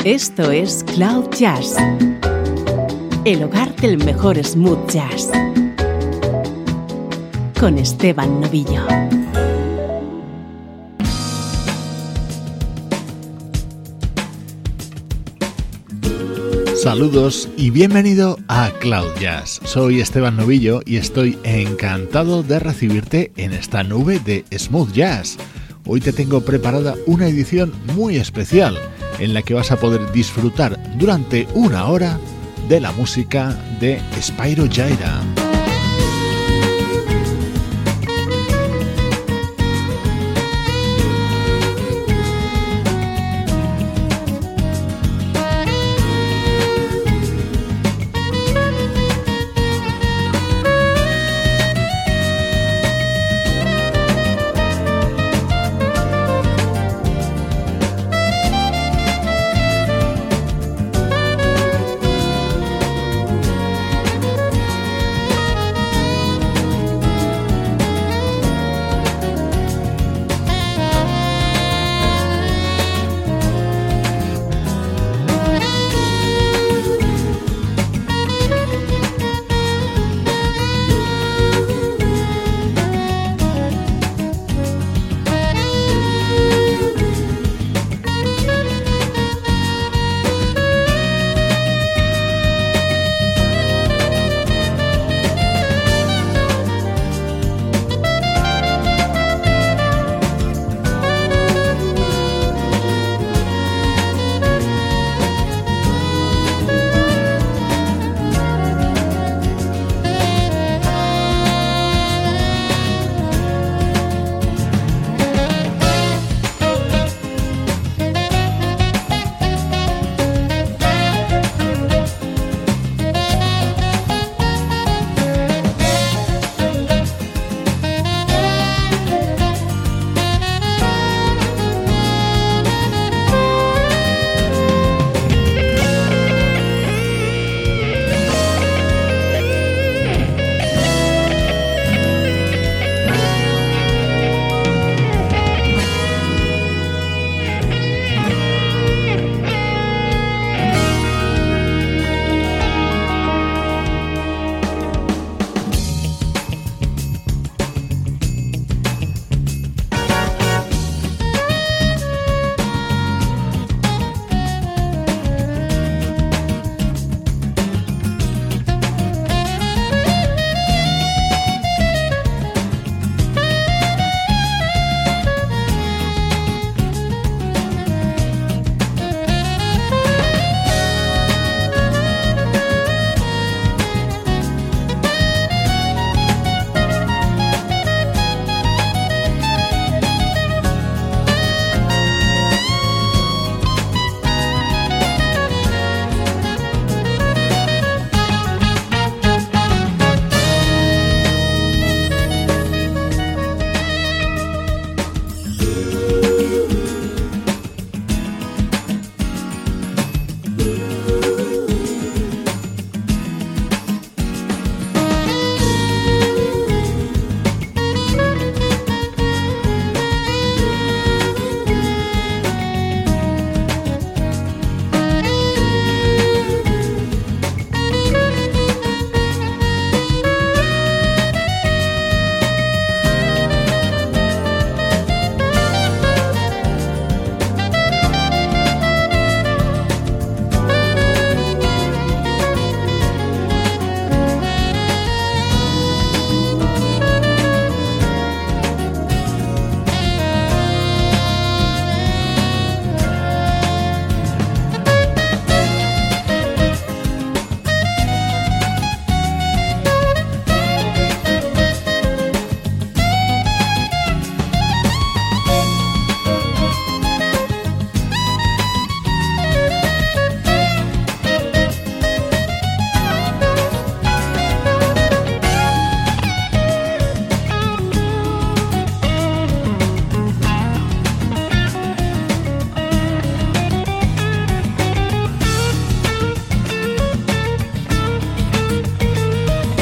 Esto es Cloud Jazz, el hogar del mejor smooth jazz, con Esteban Novillo. Saludos y bienvenido a Cloud Jazz. Soy Esteban Novillo y estoy encantado de recibirte en esta nube de smooth jazz. Hoy te tengo preparada una edición muy especial en la que vas a poder disfrutar durante una hora de la música de Spyro Gyra.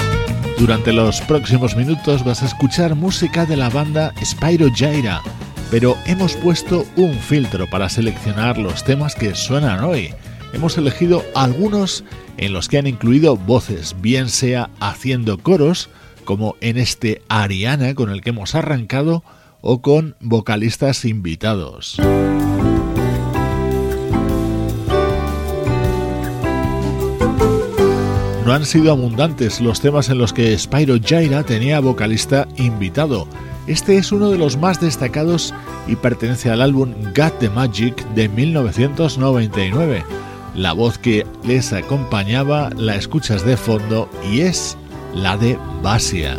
Durante los próximos minutos vas a escuchar música de la banda Spyro Gyra, pero hemos puesto un filtro para seleccionar los temas que suenan hoy. Hemos elegido algunos en los que han incluido voces, bien sea haciendo coros, como en este Ariana con el que hemos arrancado, o con vocalistas invitados. No han sido abundantes los temas en los que Spyro Gyra tenía vocalista invitado. Este es uno de los más destacados y pertenece al álbum Got the Magic de 1999. La voz que les acompañaba la escuchas de fondo y es la de Basia.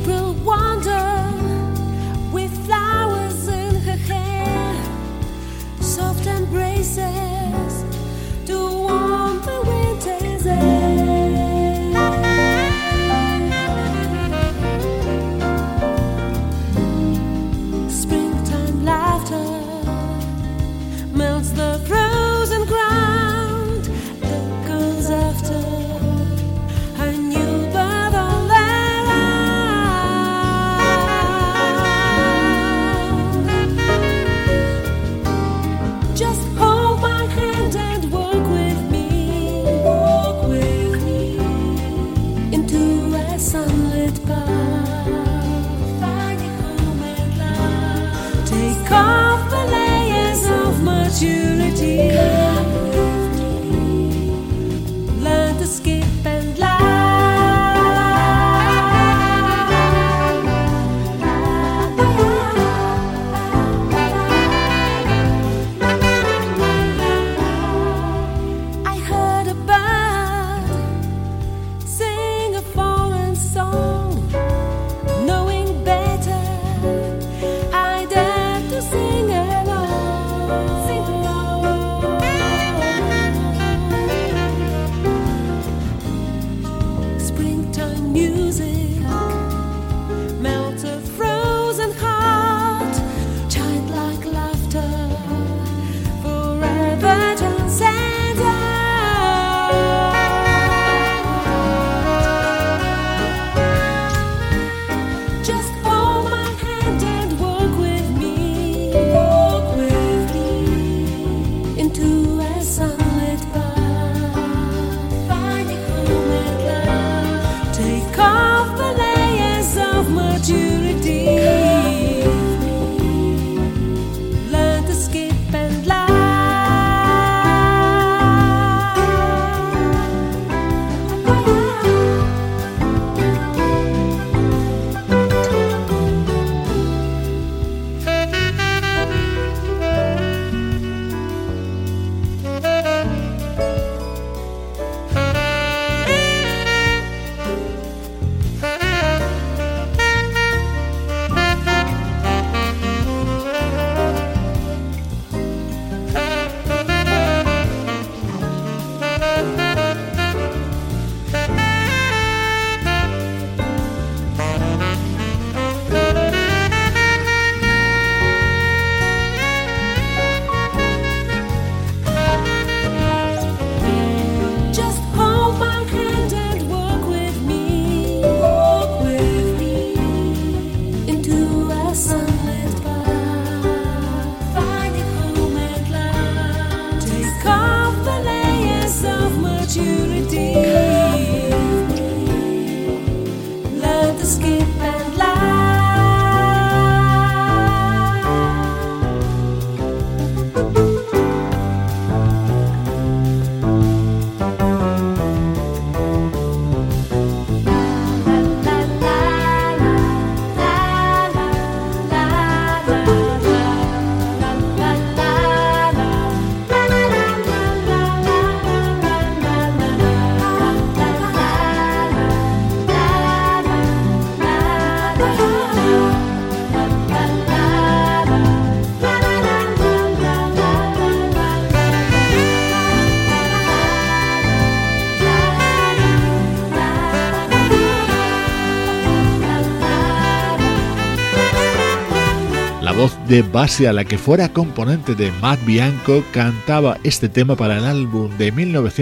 voz de Basia, la que fuera componente de Matt Bianco, cantaba este tema para el álbum de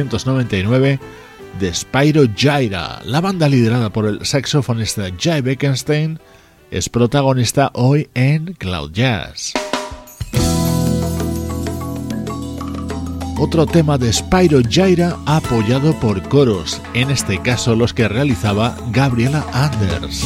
1999 de Spyro Gyra. La banda liderada por el saxofonista Jay Bekenstein es protagonista hoy en Cloud Jazz. otro tema de Spyro Gyra apoyado por coros, en este caso los que realizaba Gabriela Anders.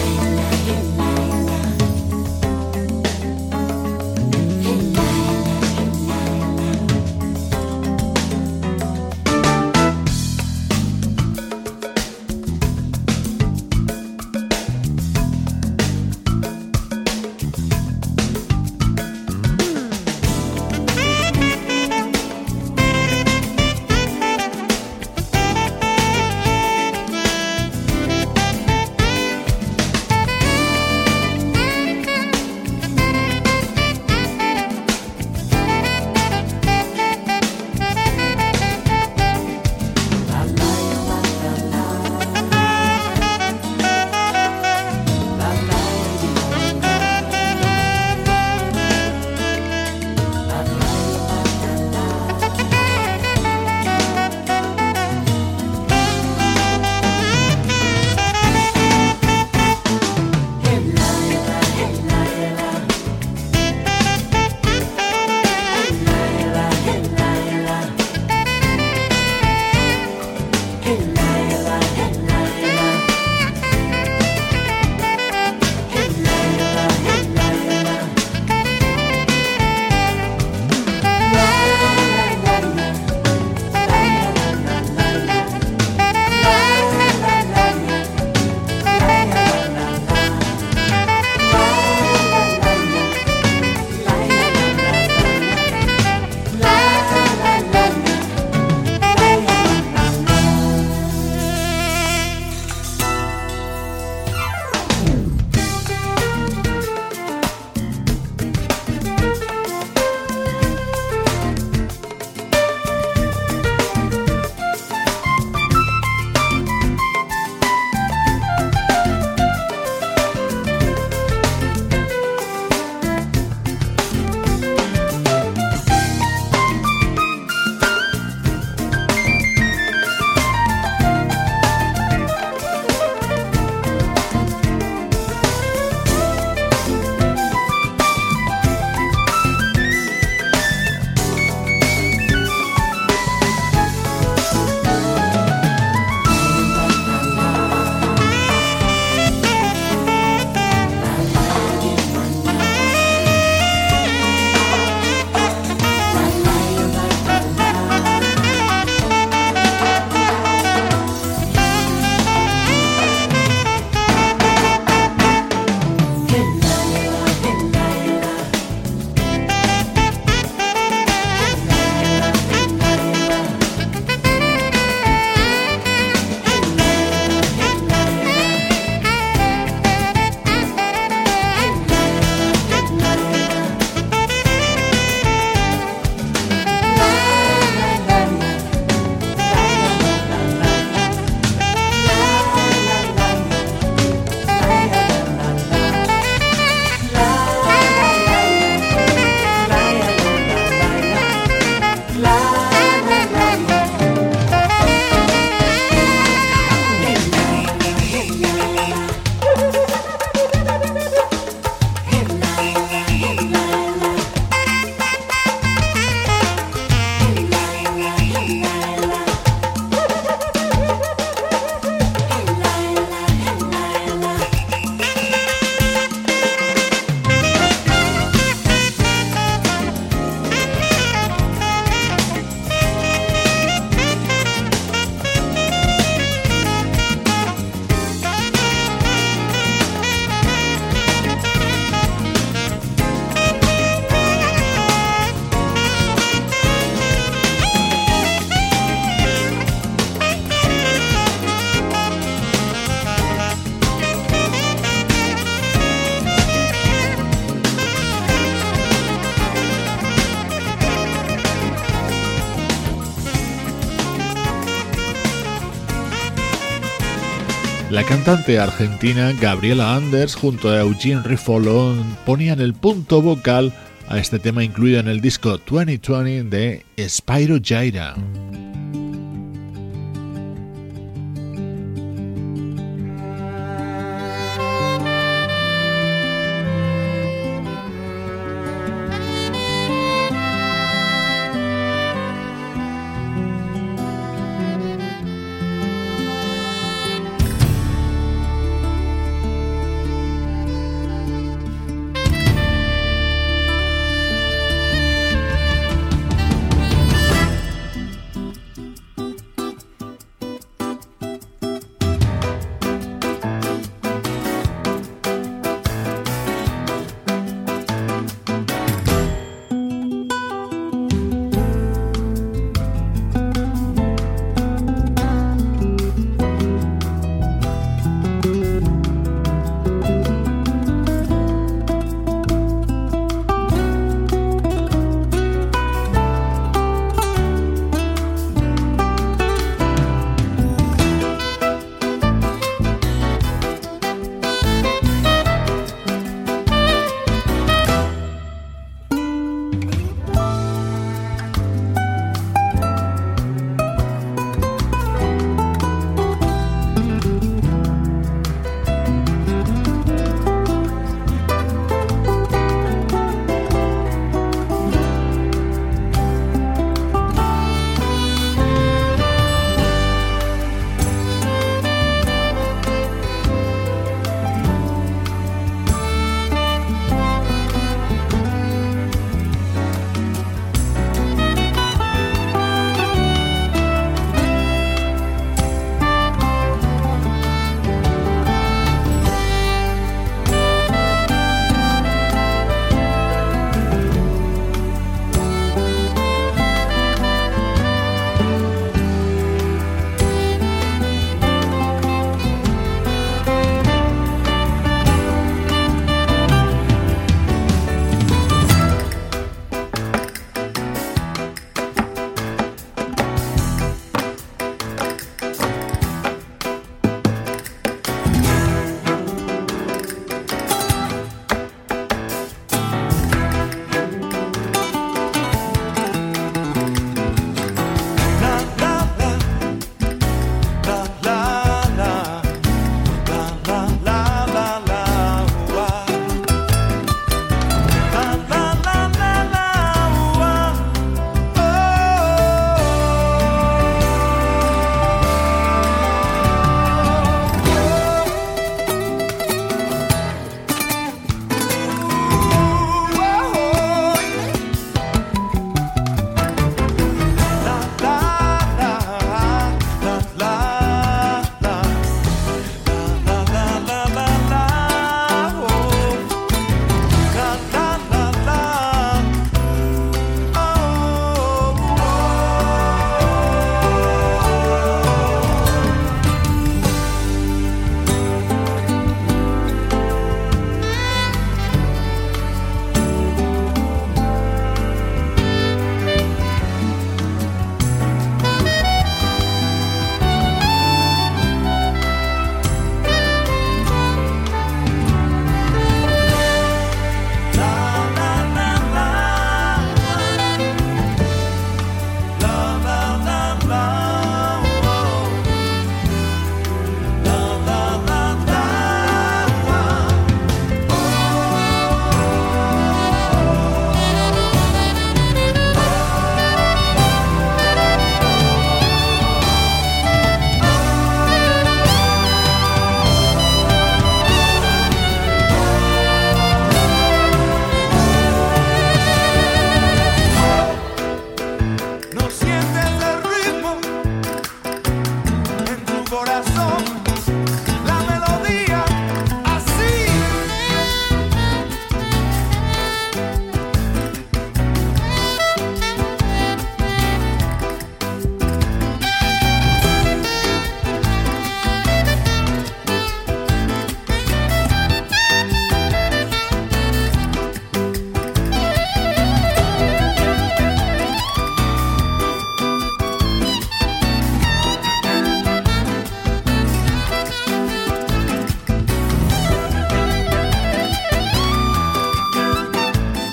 La cantante argentina Gabriela Anders junto a Eugene Rifolon ponían el punto vocal a este tema incluido en el disco 2020 de Spyro Gyra.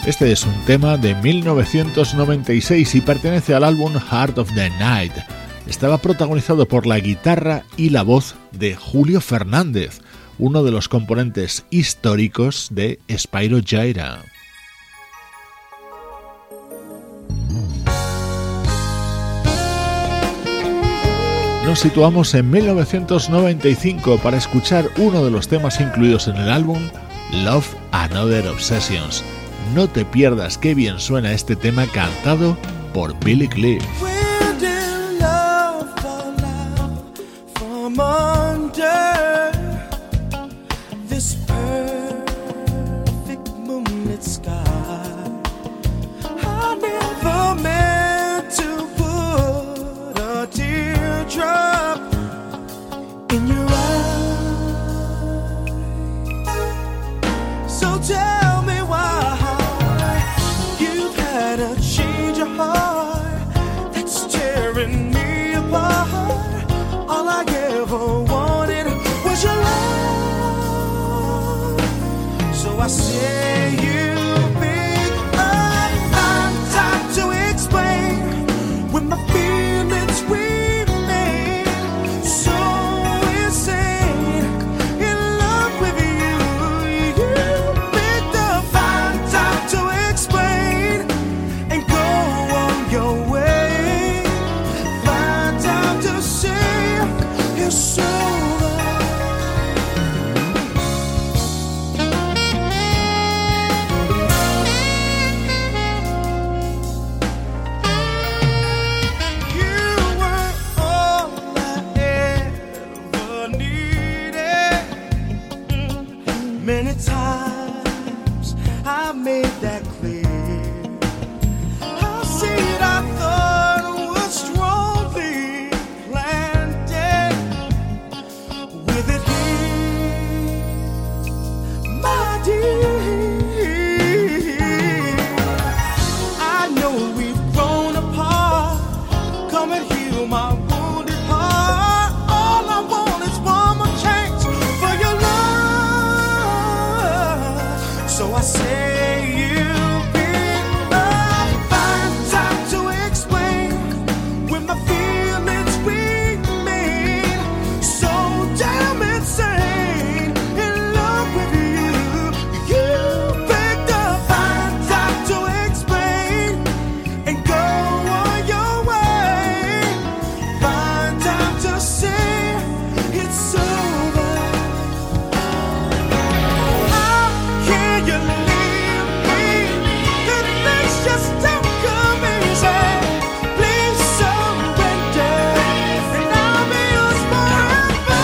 Este es un tema de 1996 y pertenece al álbum Heart of the Night. Estaba protagonizado por la guitarra y la voz de Julio Fernández, uno de los componentes históricos de Spyro Gyra. Nos situamos en 1995 para escuchar uno de los temas incluidos en el álbum Love and Other Obsessions. No te pierdas qué bien suena este tema cantado por Billy Cliff. Tell me why you've had a change of heart that's tearing me apart. All I ever wanted was your love. So I say you pick up my time to explain when my feelings remain so insane in love with you. Many times I made that clear. How seed I thought was strongly planted with it here, my dear. I know we've grown apart. Come and heal my wounded heart. All I want is one more chance for your love. So I say you pick up, find time to explain when my feelings remain so damn insane in love with you. You picked up, find time to explain and go on your way. Find time to say it's over. You leave me, the things just don't come easy. Please surrender, and I'll be yours forever.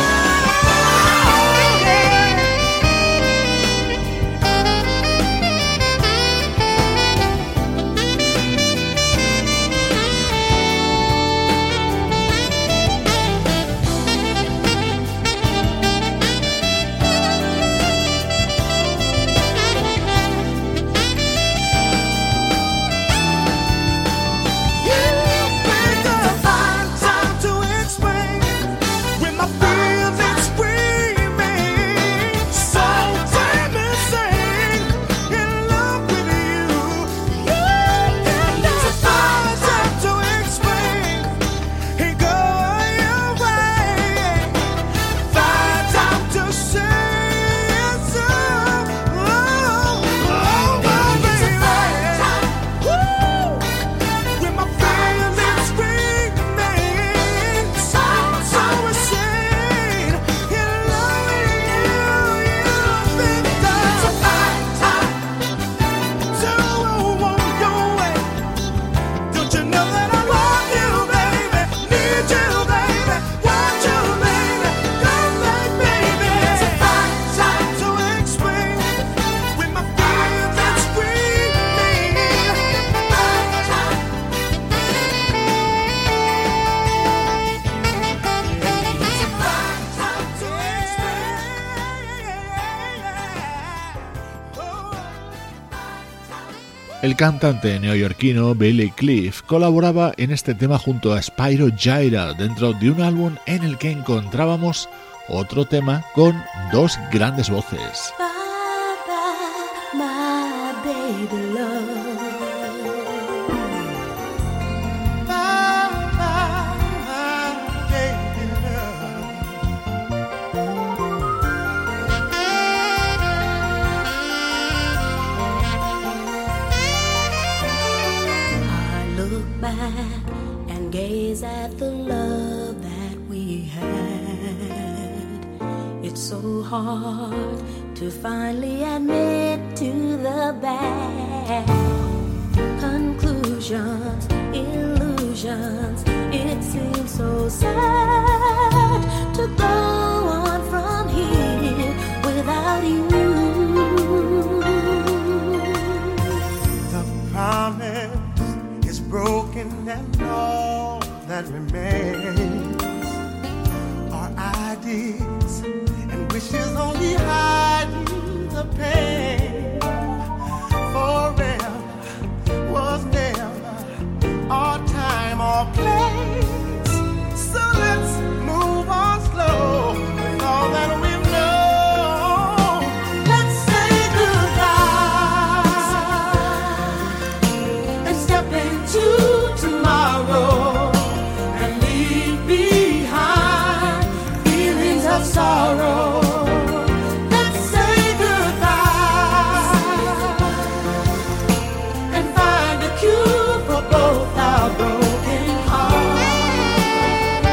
El cantante neoyorquino Billy Cliff colaboraba en este tema junto a Spyro Gyra dentro de un álbum en el que encontrábamos otro tema con dos grandes voces. Bye bye, my baby love. Gaze at the love that we had. It's so hard to finally admit to the bad. Conclusions, illusions. It seems so sad to go on from here without you. The promise is broken and all that remains are ideas and wishes only hiding the pain. Forever was never our time or place, so let's move on slow with all that we've known. Let's say goodbye and step into tomorrow. Sorrow. Let's say goodbye and find a cure for both our broken hearts.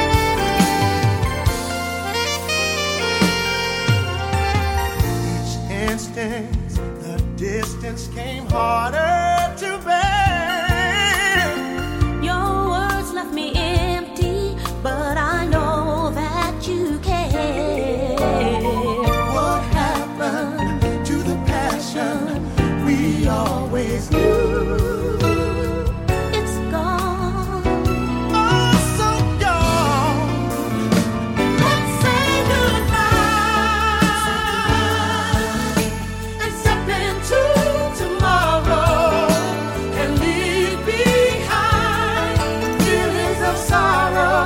Each instant, the distance came harder to bear. Your words left me empty, but I know that you care. What happened to the passion we always knew? It's gone. Oh, so gone. Let's say goodbye and step into tomorrow and leave behind feelings of sorrow.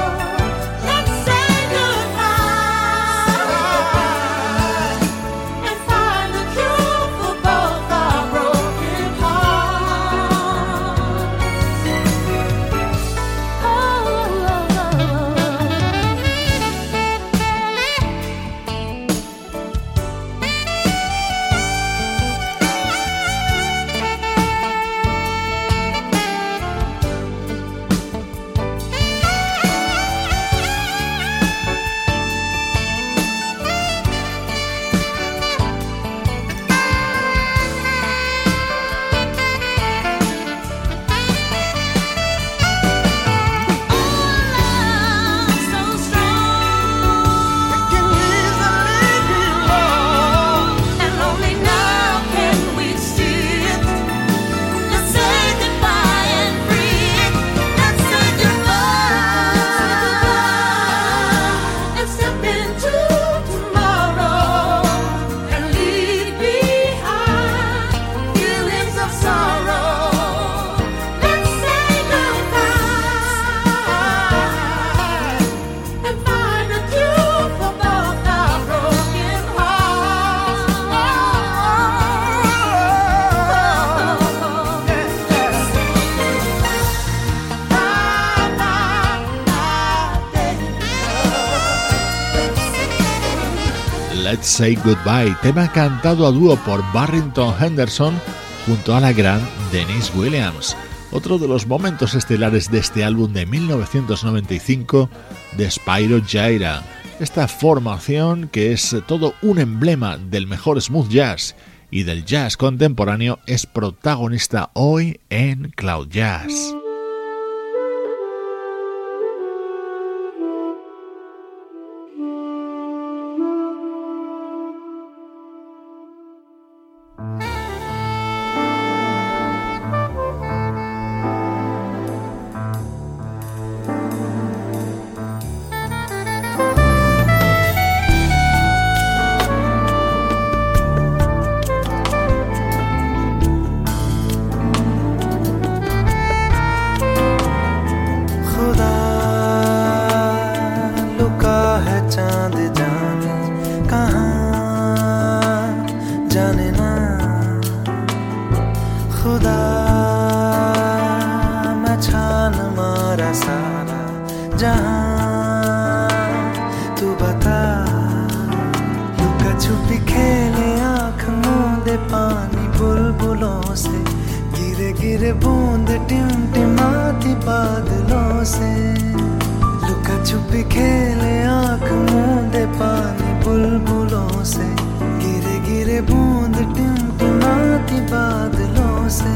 Let's Say Goodbye, tema cantado a dúo por Barrington Henderson junto a la gran Denise Williams. Otro de los momentos estelares de este álbum de 1995 de Spyro Gyra. Esta formación, que es todo un emblema del mejor smooth jazz y del jazz contemporáneo, es protagonista hoy en Cloud Jazz. खुदा मैं छान मारा सारा जहां तू बता लुका छुपी खेले आँख मूंदे पानी बुलबुलों से गिरे गिरे बूंद टिमटिमाती बादलों से लुका छुपी खेले आँख मूंदे पानी बुलबुलों से गिरे गिरे बूंद टिमटिमाती बादलों से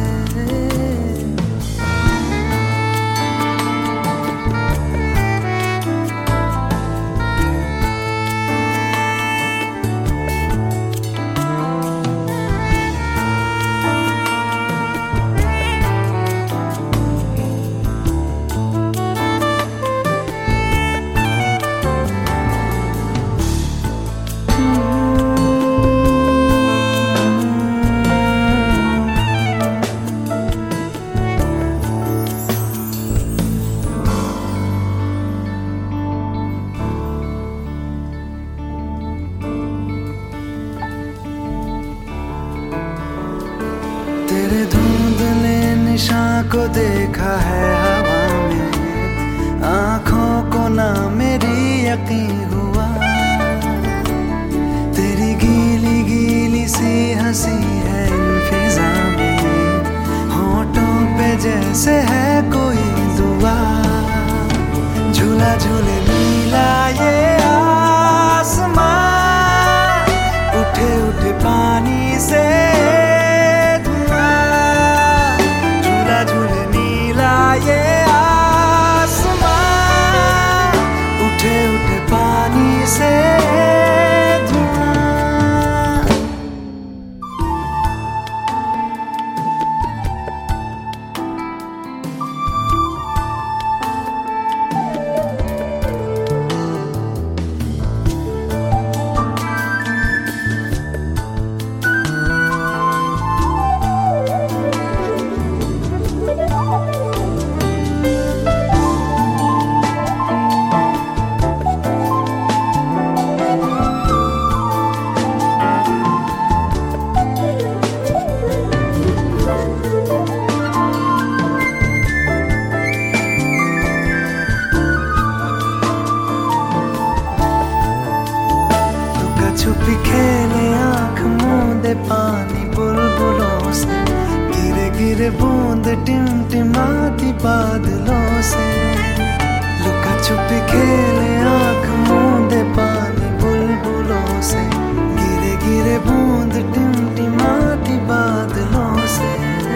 तेरे धुंधले निशान को देखा है हवा में आँखों को ना मेरी यकीन हुआ तेरी गीली गीली सी हंसी है इन फिजा में होठों पे जैसे है कोई दुआ झूला झूले नीला ये आसमां उठे उठे पानी से झूले नीला ये आसमां उठे उठे पानी से छुपी खेले आँख मूंदे पानी बुलबुलों से गिरे गिरे बूंद टिमटिमाती बादलों से लुका छुपी खेले आँख मूंदे पानी बुलबुलों से गिरे गिरे बूंद टिमटिमाती बादलों से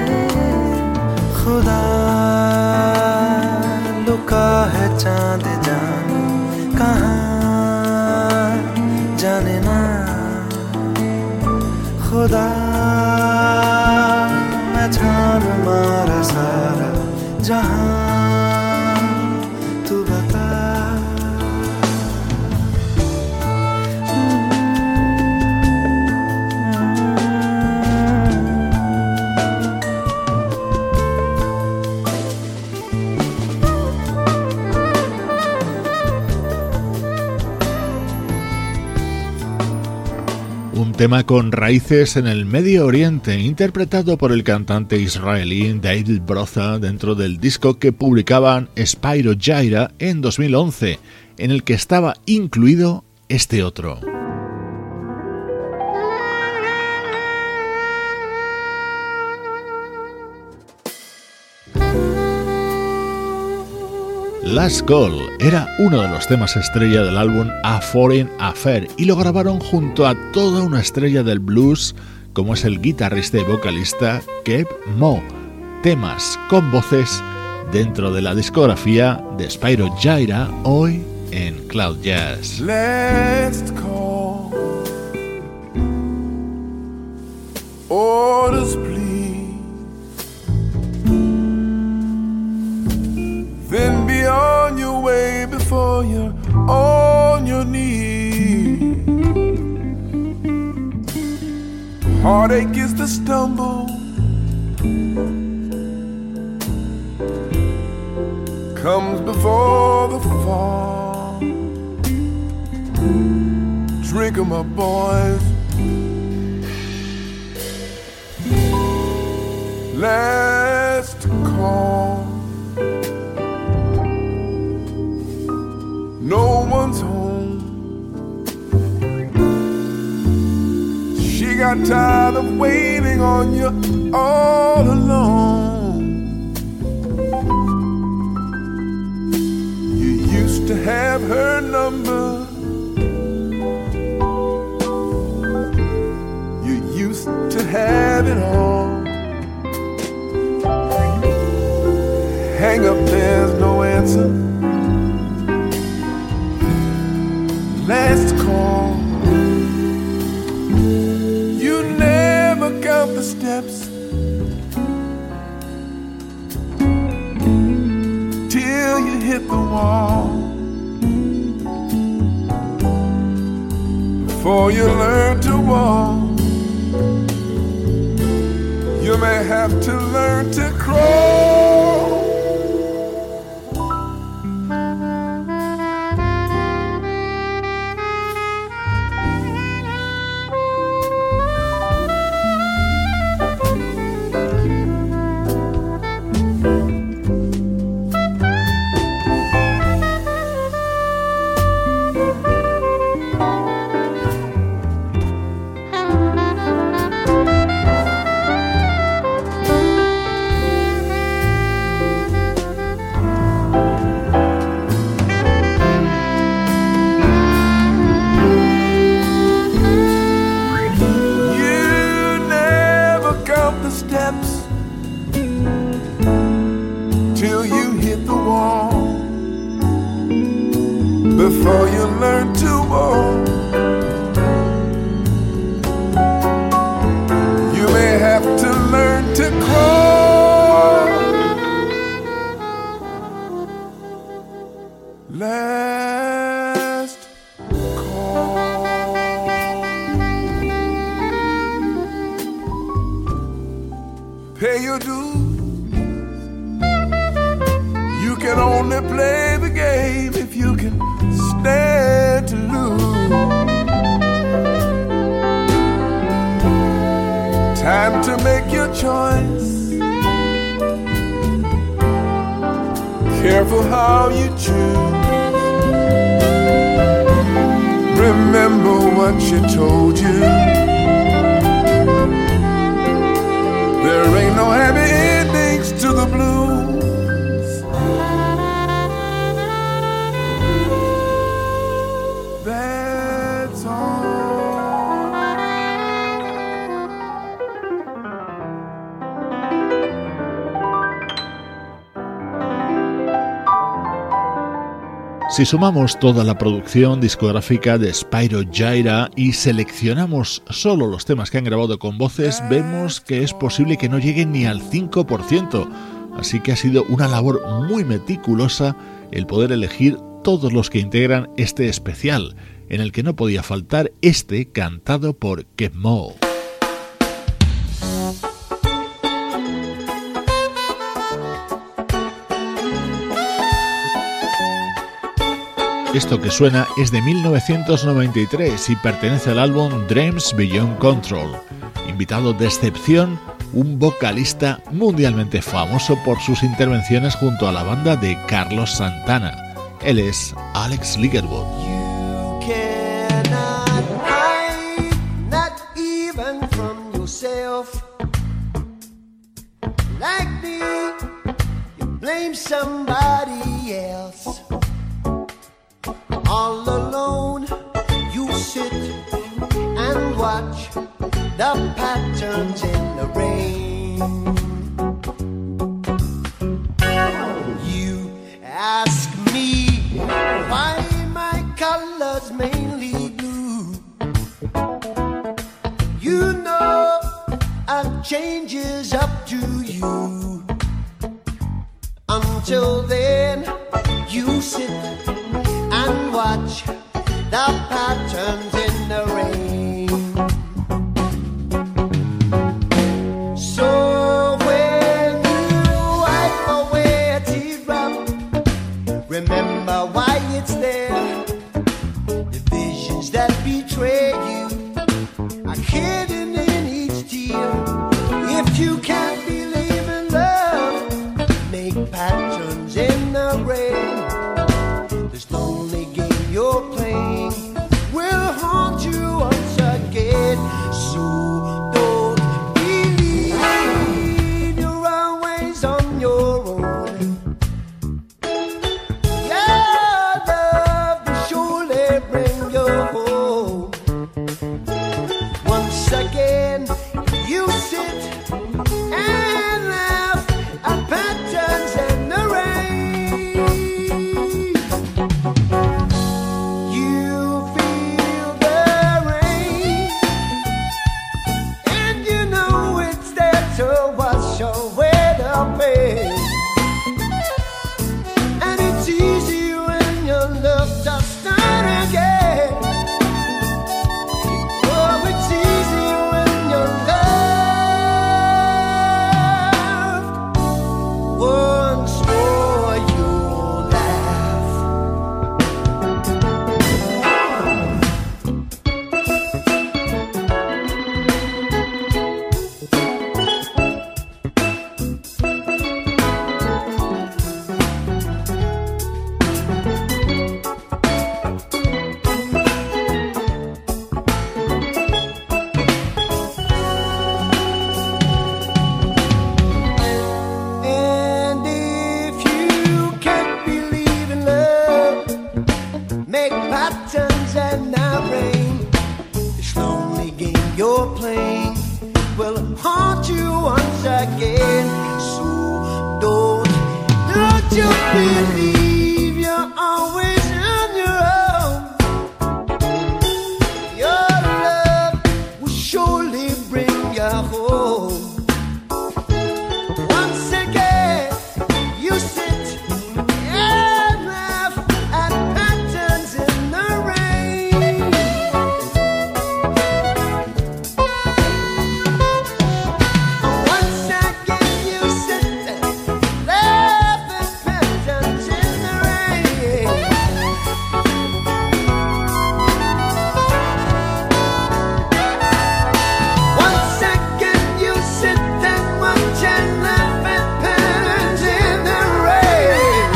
खुदा लुका है चांद जाने कहाँ जाने ना खुदा मैं छान मारा सारा जहां तू बता Un tema con raíces en el Medio Oriente, interpretado por el cantante israelí David Broza dentro del disco que publicaban Spyro Gyra en 2011, en el que estaba incluido este otro. Last Call era uno de los temas estrella del álbum A Foreign Affair y lo grabaron junto a toda una estrella del blues como es el guitarrista y vocalista Keb Mo. Temas con voces dentro de la discografía de Spyro Gyra hoy en Cloud Jazz. Last call, orders please, then be on your way before you're on your knees. Heartache is the stumble, comes before the fall. Drink 'em up, boys. last call. No one's home. She got tired of waiting on you all alone. You used to have her number. You used to have it all. Hang up, there's no answer. Last call. You never count the steps till you hit the wall. Before you learn to walk, you may have to learn to crawl. Before you learn to walk, you may have to learn to crawl. Last call. Pay your dues. You can only play the game if you can stand to lose. Time to make your choice. Careful how you choose. Remember what she told you. There ain't no happy endings to the blues. Si sumamos toda la producción discográfica de Spyro Gyra y seleccionamos solo los temas que han grabado con voces, vemos que es posible que no lleguen ni al 5%. Así que ha sido una labor muy meticulosa el poder elegir todos los que integran este especial, en el que no podía faltar este cantado por Keb' Mo'. Esto que suena es de 1993 y pertenece al álbum Dreams Beyond Control. Invitado de excepción, un vocalista mundialmente famoso por sus intervenciones junto a la banda de Carlos Santana. Él es Alex Ligertwood. You cannot hide, not even from yourself. Like me, you blame somebody else. All alone, you sit and watch the patterns in the rain. You ask me why my color's mainly blue. You know a change is up to you. Until then, you sit and watch the patterns in the rain. So when you wipe away a teardrop, remember why it's there. The visions that betray you are hidden in each tear. If you can't believe Once again, you sit and laugh at patterns in the rain. Once again, you sit and laugh at patterns in the rain. Once again, you sit and watch and laugh at patterns in the rain.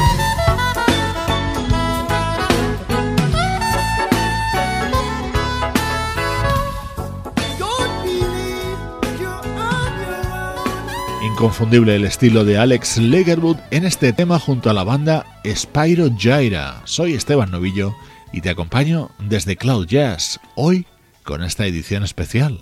Don't believe you're on your own. Inconfundible el estilo de Alex Lagerwood en este tema junto a la banda Spyro Gyra. Soy Esteban Novillo y te acompaño desde Cloud Jazz, hoy con esta edición especial.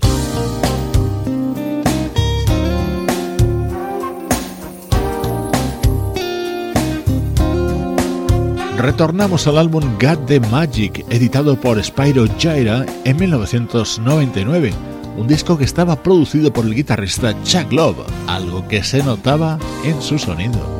Retornamos al álbum Got the Magic, editado por Spyro Gyra en 1999, un disco que estaba producido por el guitarrista Chuck Love, algo que se notaba en su sonido.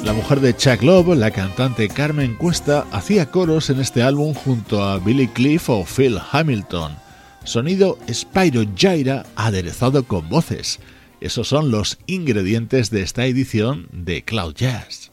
La mujer de Chuck Love, la cantante Carmen Cuesta, hacía coros en este álbum junto a Billy Cliff o Phil Hamilton. Sonido Spyro Gyra aderezado con voces. Esos son los ingredientes de esta edición de Cloud Jazz.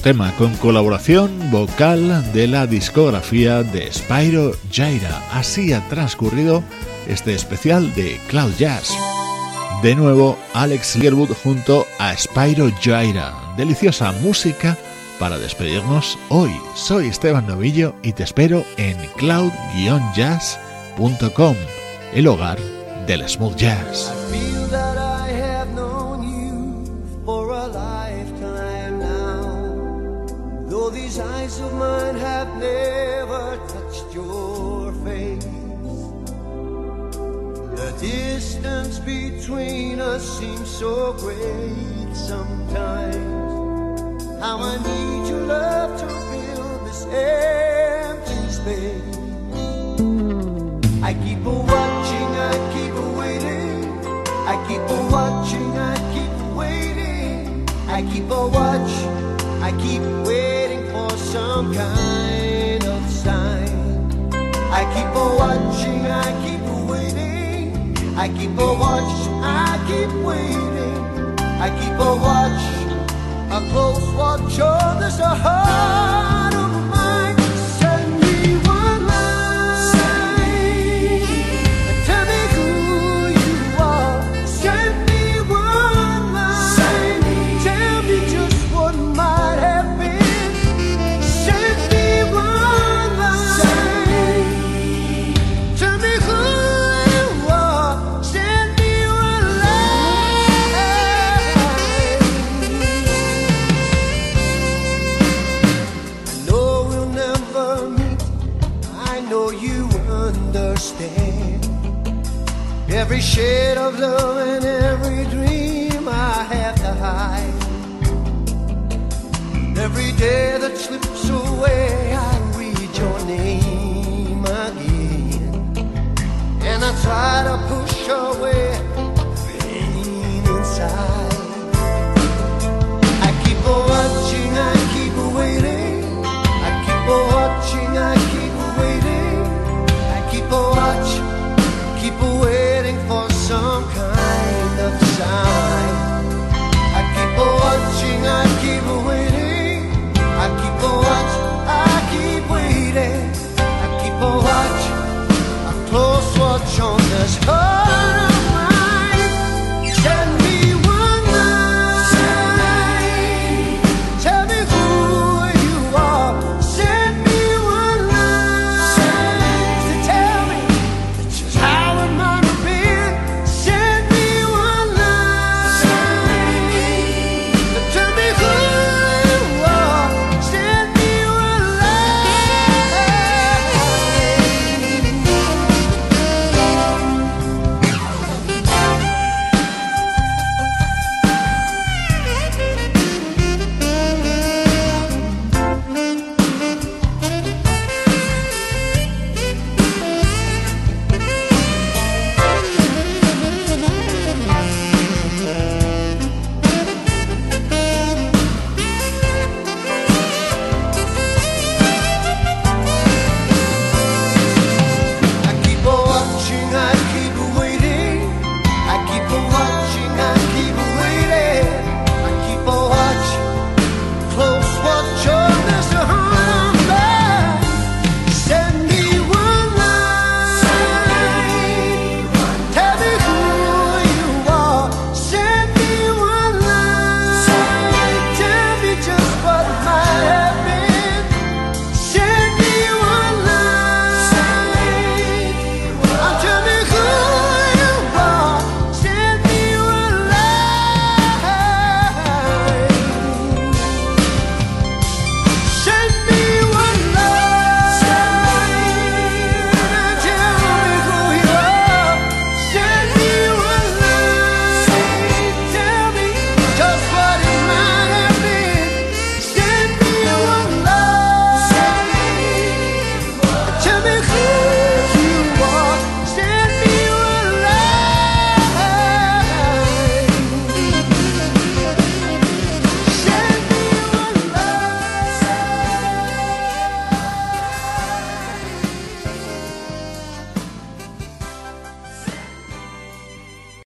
tema con colaboración vocal de la discografía de Spyro Gyra. Así ha transcurrido este especial de Cloud Jazz. De nuevo, Alex Learwood junto a Spyro Gyra. Deliciosa música para despedirnos hoy. Soy Esteban Novillo y te espero en cloud-jazz.com, el hogar del smooth jazz. I feel that I have known you for a lifetime now. Though these eyes of mine have never touched your face, the distance between us seems so great sometimes. How I need your love to fill this empty space. I keep a watching, I keep a waiting. I keep a watching, I keep waiting. I keep a watch, I keep waiting for some kind of sign. I keep a watching, I keep waiting. I keep a watch, I keep waiting. I keep a watch, a close watch on this heart of mine. Send me one line, tell me who you are. Send me one line, tell me just what might have been. Send me one line, tell me who you are. Send me one line. No, we'll never meet. I know you understand. Every shade of love and every dream I have to hide. Every day that slips away, I read your name again. And I try to push away the pain inside. I keep a watching, I keep a waiting. I keep a watching, I